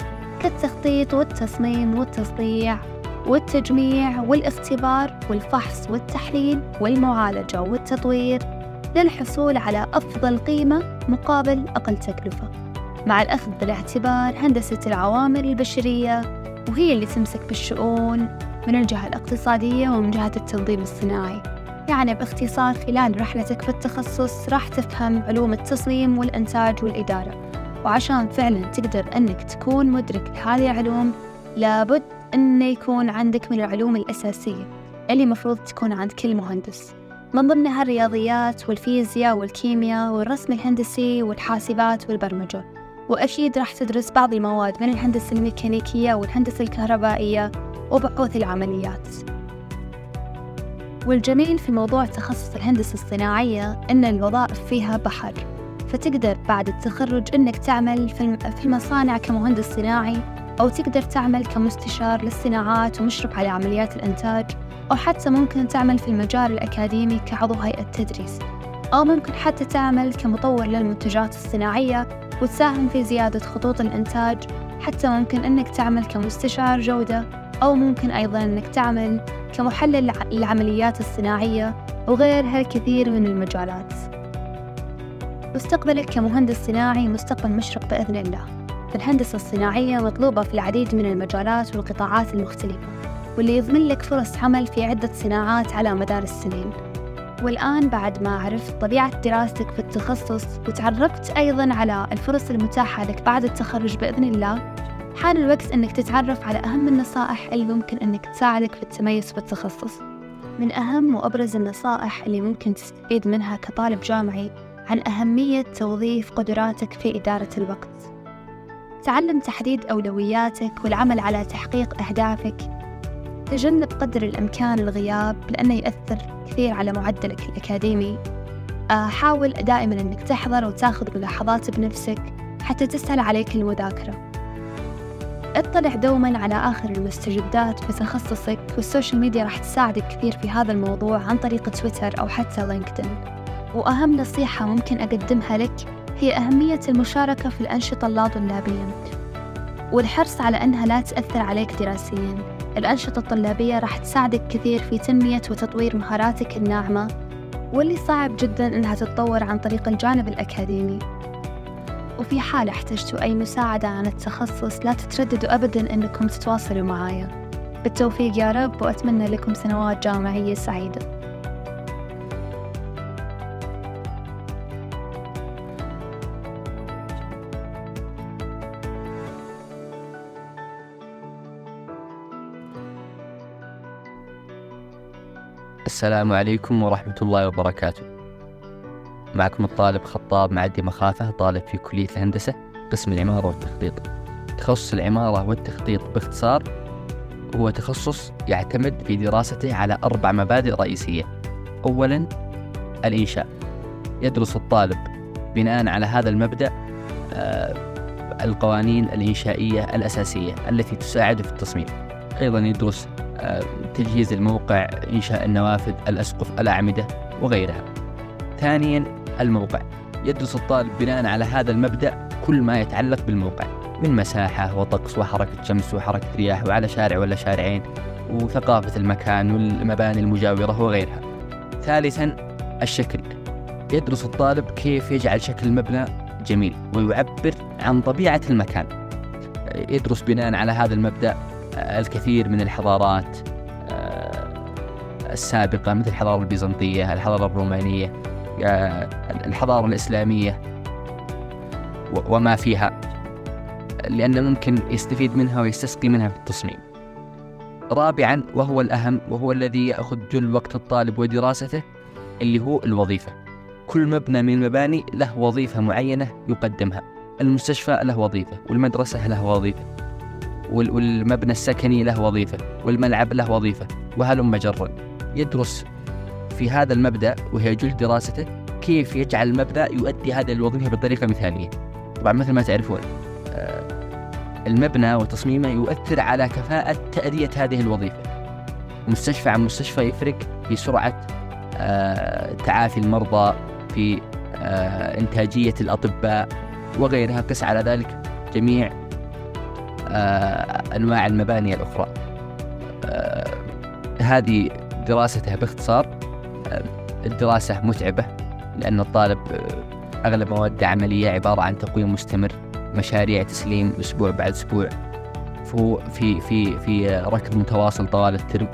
كالتخطيط والتصميم والتصنيع والتجميع والاختبار والفحص والتحليل والمعالجة والتطوير للحصول على أفضل قيمة مقابل أقل تكلفة، مع الأخذ بالاعتبار هندسة العوامل البشرية، وهي اللي تمسك بالشؤون من الجهة الاقتصادية ومن جهة التنظيم الصناعي. يعني باختصار خلال رحلتك في التخصص راح تفهم علوم التصميم والإنتاج والإدارة، وعشان فعلا تقدر أنك تكون مدرك لهذه العلوم لابد أن يكون عندك من العلوم الأساسية اللي مفروض تكون عند كل مهندس، من ضمنها الرياضيات والفيزياء والكيمياء والرسم الهندسي والحاسبات والبرمجة. وأكيد راح تدرس بعض المواد من الهندسة الميكانيكية والهندسة الكهربائية وبحوث العمليات. والجميل في موضوع تخصص الهندسة الصناعية أن الوظائف فيها بحر، فتقدر بعد التخرج أنك تعمل في المصانع كمهندس صناعي، أو تقدر تعمل كمستشار للصناعات ومشرف على عمليات الإنتاج، أو حتى ممكن تعمل في المجال الأكاديمي كعضو هيئة تدريس، أو ممكن حتى تعمل كمطور للمنتجات الصناعية وتساهم في زيادة خطوط الإنتاج. حتى ممكن أنك تعمل كمستشار جودة، أو ممكن أيضا أنك تعمل كمحلل للعمليات الصناعية، وغير هالكثير من المجالات. مستقبلك كمهندس صناعي مستقبل مشرق بإذن الله. الهندسة الصناعية مطلوبة في العديد من المجالات والقطاعات المختلفة، واللي يضمن لك فرص عمل في عدة صناعات على مدار السنين. والآن بعد ما عرفت طبيعة دراستك في التخصص وتعرفت أيضاً على الفرص المتاحة لك بعد التخرج بإذن الله، حان الوقت أنك تتعرف على أهم النصائح اللي ممكن أنك تساعدك في التميز في التخصص. من أهم وأبرز النصائح اللي ممكن تستفيد منها كطالب جامعي عن أهمية توظيف قدراتك في إدارة الوقت. تعلم تحديد أولوياتك والعمل على تحقيق أهدافك. تجنب قدر الإمكان الغياب لأنه يأثر كثير على معدلك الأكاديمي. حاول دائما أنك تحضر وتاخذ ملاحظات بنفسك حتى تسهل عليك المذاكرة. اطلع دوما على آخر المستجدات في تخصصك، والسوشيال ميديا راح تساعدك كثير في هذا الموضوع عن طريق تويتر أو حتى لينكدين. وأهم نصيحة ممكن أقدمها لك هي أهمية المشاركة في الأنشطة اللاطلابية، والحرص على أنها لا تأثر عليك دراسيا. الأنشطة الطلابية راح تساعدك كثير في تنمية وتطوير مهاراتك الناعمة، واللي صعب جدا أنها تتطور عن طريق الجانب الأكاديمي. وفي حال احتجتوا أي مساعدة عن التخصص لا تترددوا أبدا أنكم تتواصلوا معايا. بالتوفيق يا رب، وأتمنى لكم سنوات جامعية سعيدة. السلام عليكم ورحمة الله وبركاته. معكم الطالب خطاب معدي مخافة، طالب في كلية الهندسة قسم العمارة والتخطيط. تخصص العمارة والتخطيط باختصار هو تخصص يعتمد في دراسته على 4 مبادئ رئيسية. أولا الإنشاء، يدرس الطالب بناء على هذا المبدأ القوانين الإنشائية الأساسية التي تساعد في التصميم. أيضا يدرس تجهيز الموقع، إنشاء النوافذ، الأسقف، الأعمدة وغيرها. ثانيا الموقع، يدرس الطالب بناء على هذا المبدأ كل ما يتعلق بالموقع من مساحة وطقس وحركة شمس وحركة رياح وعلى شارع ولا شارعين وثقافة المكان والمباني المجاورة وغيرها. ثالثا الشكل، يدرس الطالب كيف يجعل شكل المبنى جميل ويعبر عن طبيعة المكان. يدرس بناء على هذا المبدأ الكثير من الحضارات السابقة مثل الحضارة البيزنطية، الحضارة الرومانية، الحضارة الإسلامية وما فيها، لأنه ممكن يستفيد منها ويستسقي منها في التصميم. رابعا وهو الأهم وهو الذي يأخذ جل وقت الطالب ودراسته، اللي هو الوظيفة. كل مبنى من المباني له وظيفة معينة يقدمها. المستشفى له وظيفة، والمدرسة له وظيفة، والمبنى السكني له وظيفة، والملعب له وظيفة، وهلم جرا. يدرس في هذا المبدأ وهي جل دراسته كيف يجعل المبنى يؤدي هذه الوظيفة بطريقة مثالية. طبعا مثل ما تعرفون المبنى وتصميمه يؤثر على كفاءة تأدية هذه الوظيفة. مستشفى عن مستشفى يفرق في سرعة تعافي المرضى، في إنتاجية الأطباء وغيرها. قس على ذلك جميع أنواع المباني الأخرى. هذه دراسته باختصار. الدراسة متعبة لأن الطالب أغلب مواد عملية عبارة عن تقويم مستمر، مشاريع تسليم أسبوع بعد أسبوع، في ركض متواصل طوال الترم،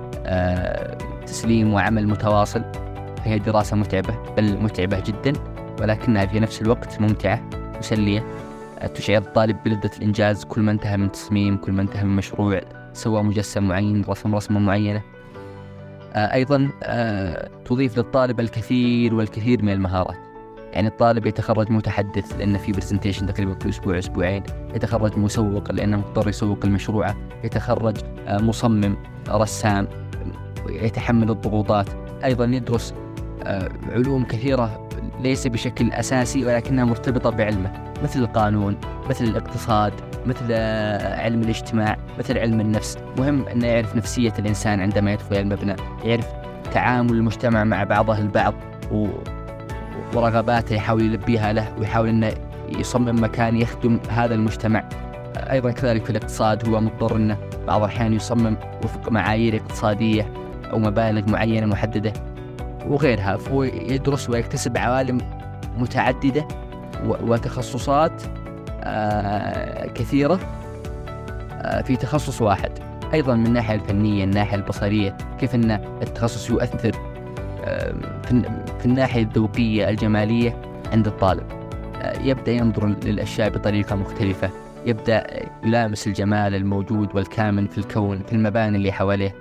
تسليم وعمل متواصل. فهي دراسة متعبة، بل متعبة جدا، ولكنها في نفس الوقت ممتعة مسلية، تشعر الطالب بلذة الإنجاز. كل ما انتهى من تصميم، كل ما انتهى من مشروع، سوى مجسم معين، رسمة معينة. أيضا تضيف للطالب الكثير والكثير من المهارات. يعني الطالب يتخرج متحدث لأنه في برزنتيشن تقريبا كل أسبوع أسبوعين، يتخرج مسوق لأنه مضطر يسوق المشروع، يتخرج مصمم، رسام، يتحمل الضغوطات. أيضا يدرس علوم كثيرة ليس بشكل أساسي ولكنها مرتبطة بعلمه، مثل القانون، مثل الاقتصاد، مثل علم الاجتماع، مثل علم النفس. مهم أنه يعرف نفسية الإنسان عندما يدخل المبنى، يعرف تعامل المجتمع مع بعضه البعض ورغباته يحاول يلبيها له، ويحاول أنه يصمم مكان يخدم هذا المجتمع. أيضا كذلك في الاقتصاد هو مضطر أنه بعض الأحيان يصمم وفق معايير اقتصادية أو مبالغ معينة محددة وغيرها. فهو يدرس ويكتسب عوالم متعددة وتخصصات كثيرة في تخصص واحد. أيضا من الناحية الفنية، الناحية البصرية، كيف أن التخصص يؤثر في الناحية الذوقية الجمالية عند الطالب. يبدأ ينظر للأشياء بطريقة مختلفة، يبدأ يلامس الجمال الموجود والكامن في الكون، في المباني اللي حواليه.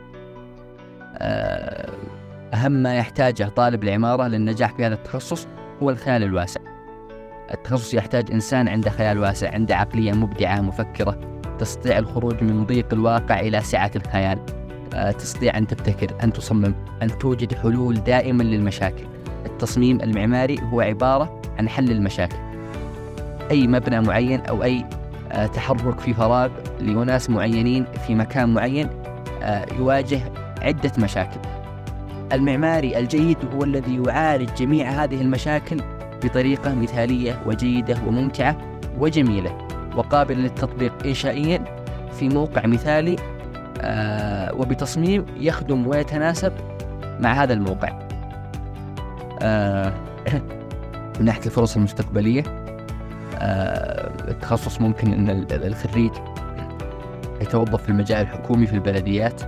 أهم ما يحتاجه طالب العمارة للنجاح في هذا التخصص هو الخيال الواسع. التخصص يحتاج إنسان عنده خيال واسع، عنده عقلية مبدعة مفكرة، تستطيع الخروج من ضيق الواقع إلى سعة الخيال، تستطيع أن تبتكر، أن تصمم، أن توجد حلول دائما للمشاكل. التصميم المعماري هو عبارة عن حل المشاكل. أي مبنى معين أو أي تحرك في فراغ لأناس معينين في مكان معين يواجه عدة مشاكل. المعماري الجيد هو الذي يعالج جميع هذه المشاكل بطريقة مثالية وجيدة وممتعة وجميلة وقابلة للتطبيق إنشائيا في موقع مثالي وبتصميم يخدم ويتناسب مع هذا الموقع. من ناحية الفرص المستقبلية، التخصص ممكن أن الخريج يتوظف في المجال الحكومي في البلديات،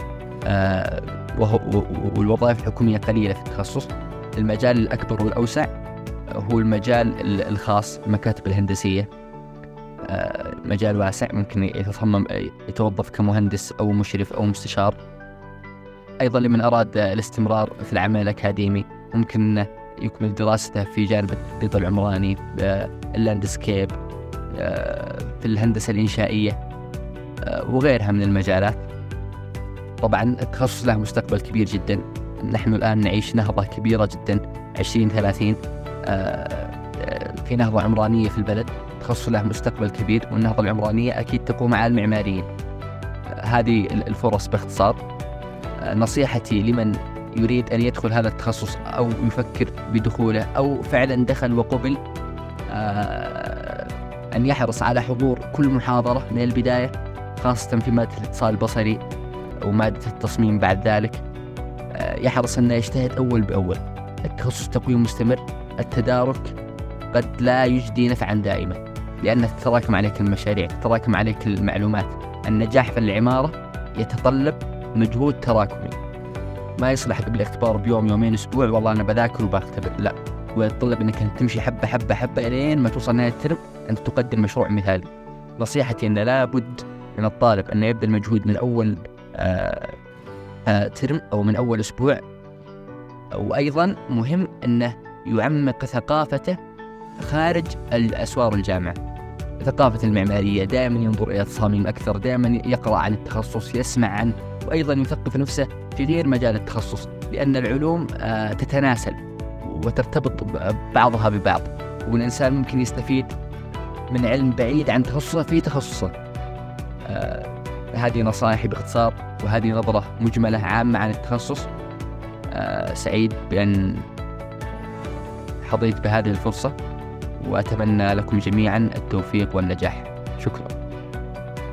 والوظائف الحكومية قليلة في التخصص. المجال الأكبر والأوسع هو المجال الخاص، المكاتب الهندسية، مجال واسع، ممكن يتوظف كمهندس أو مشرف أو مستشار. أيضا لمن أراد الاستمرار في العمل الأكاديمي ممكن يكمل دراسته في جانب التخطيط العمراني، اللاندسكيب، في الهندسة الإنشائية وغيرها من المجالات. طبعا التخصص له مستقبل كبير جدا. نحن الآن نعيش نهضة كبيرة جدا 2030 في نهضة عمرانية في البلد. التخصص له مستقبل كبير، والنهضة العمرانية أكيد تقوم على المعماريين. هذه الفرص باختصار. نصيحتي لمن يريد أن يدخل هذا التخصص أو يفكر بدخوله أو فعلا دخل وقبل، أن يحرص على حضور كل محاضرة من البداية، خاصة في مادة الاتصال البصري ومادة التصميم. بعد ذلك يحرص أن يجتهد أول بأول. التخصص تقويم مستمر، التدارك قد لا يجدي نفعا دائما، لأن تتراكم عليك المشاريع، تتراكم عليك المعلومات. النجاح في العمارة يتطلب مجهود تراكمي، ما يصلح قبل الاختبار بيوم يومين أسبوع والله أنا بذاكر وبختبر، لا، ويتطلب أنك تمشي حبة حبة حبة إلين ما توصل نهاية الترم أن تقدم مشروع مثالي. نصيحتي أن لا بد من الطالب أن يبذل المجهود من أول ترم أو من أول أسبوع. وأيضا مهم أنه يعمق ثقافته خارج الأسوار الجامعة، ثقافة المعمارية، دائما ينظر إلى تصاميم أكثر، دائما يقرأ عن التخصص، يسمع عنه، وأيضا يثقف نفسه في غير مجال التخصص، لأن العلوم تتناسل وترتبط بعضها ببعض، والإنسان ممكن يستفيد من علم بعيد عن تخصصه في تخصصه. هذه نصائحي باختصار، وهذه نظرة مجملة عامة عن التخصص. سعيد بأن حظيت بهذه الفرصة، وأتمنى لكم جميعا التوفيق والنجاح. شكرا.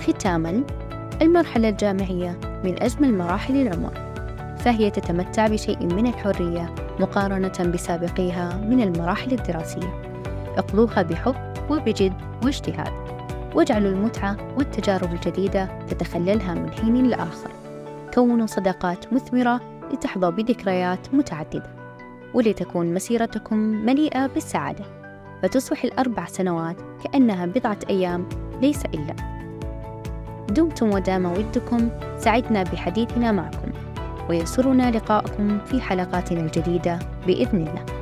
ختاماً، المرحلة الجامعية من أجمل مراحل العمر، فهي تتمتع بشيء من الحرية مقارنة بسابقيها من المراحل الدراسية. اقضوها بحب وبجد واجتهاد، واجعلوا المتعة والتجارب الجديدة تتخللها من حين لآخر. كونوا صداقات مثمرة لتحظى بذكريات متعددة، ولتكون مسيرتكم مليئة بالسعادة، فتصبح ال4 سنوات كأنها بضعة أيام ليس إلا. دمتم ودام ودكم، سعدنا بحديثنا معكم، ويسرنا لقاءكم في حلقاتنا الجديدة بإذن الله.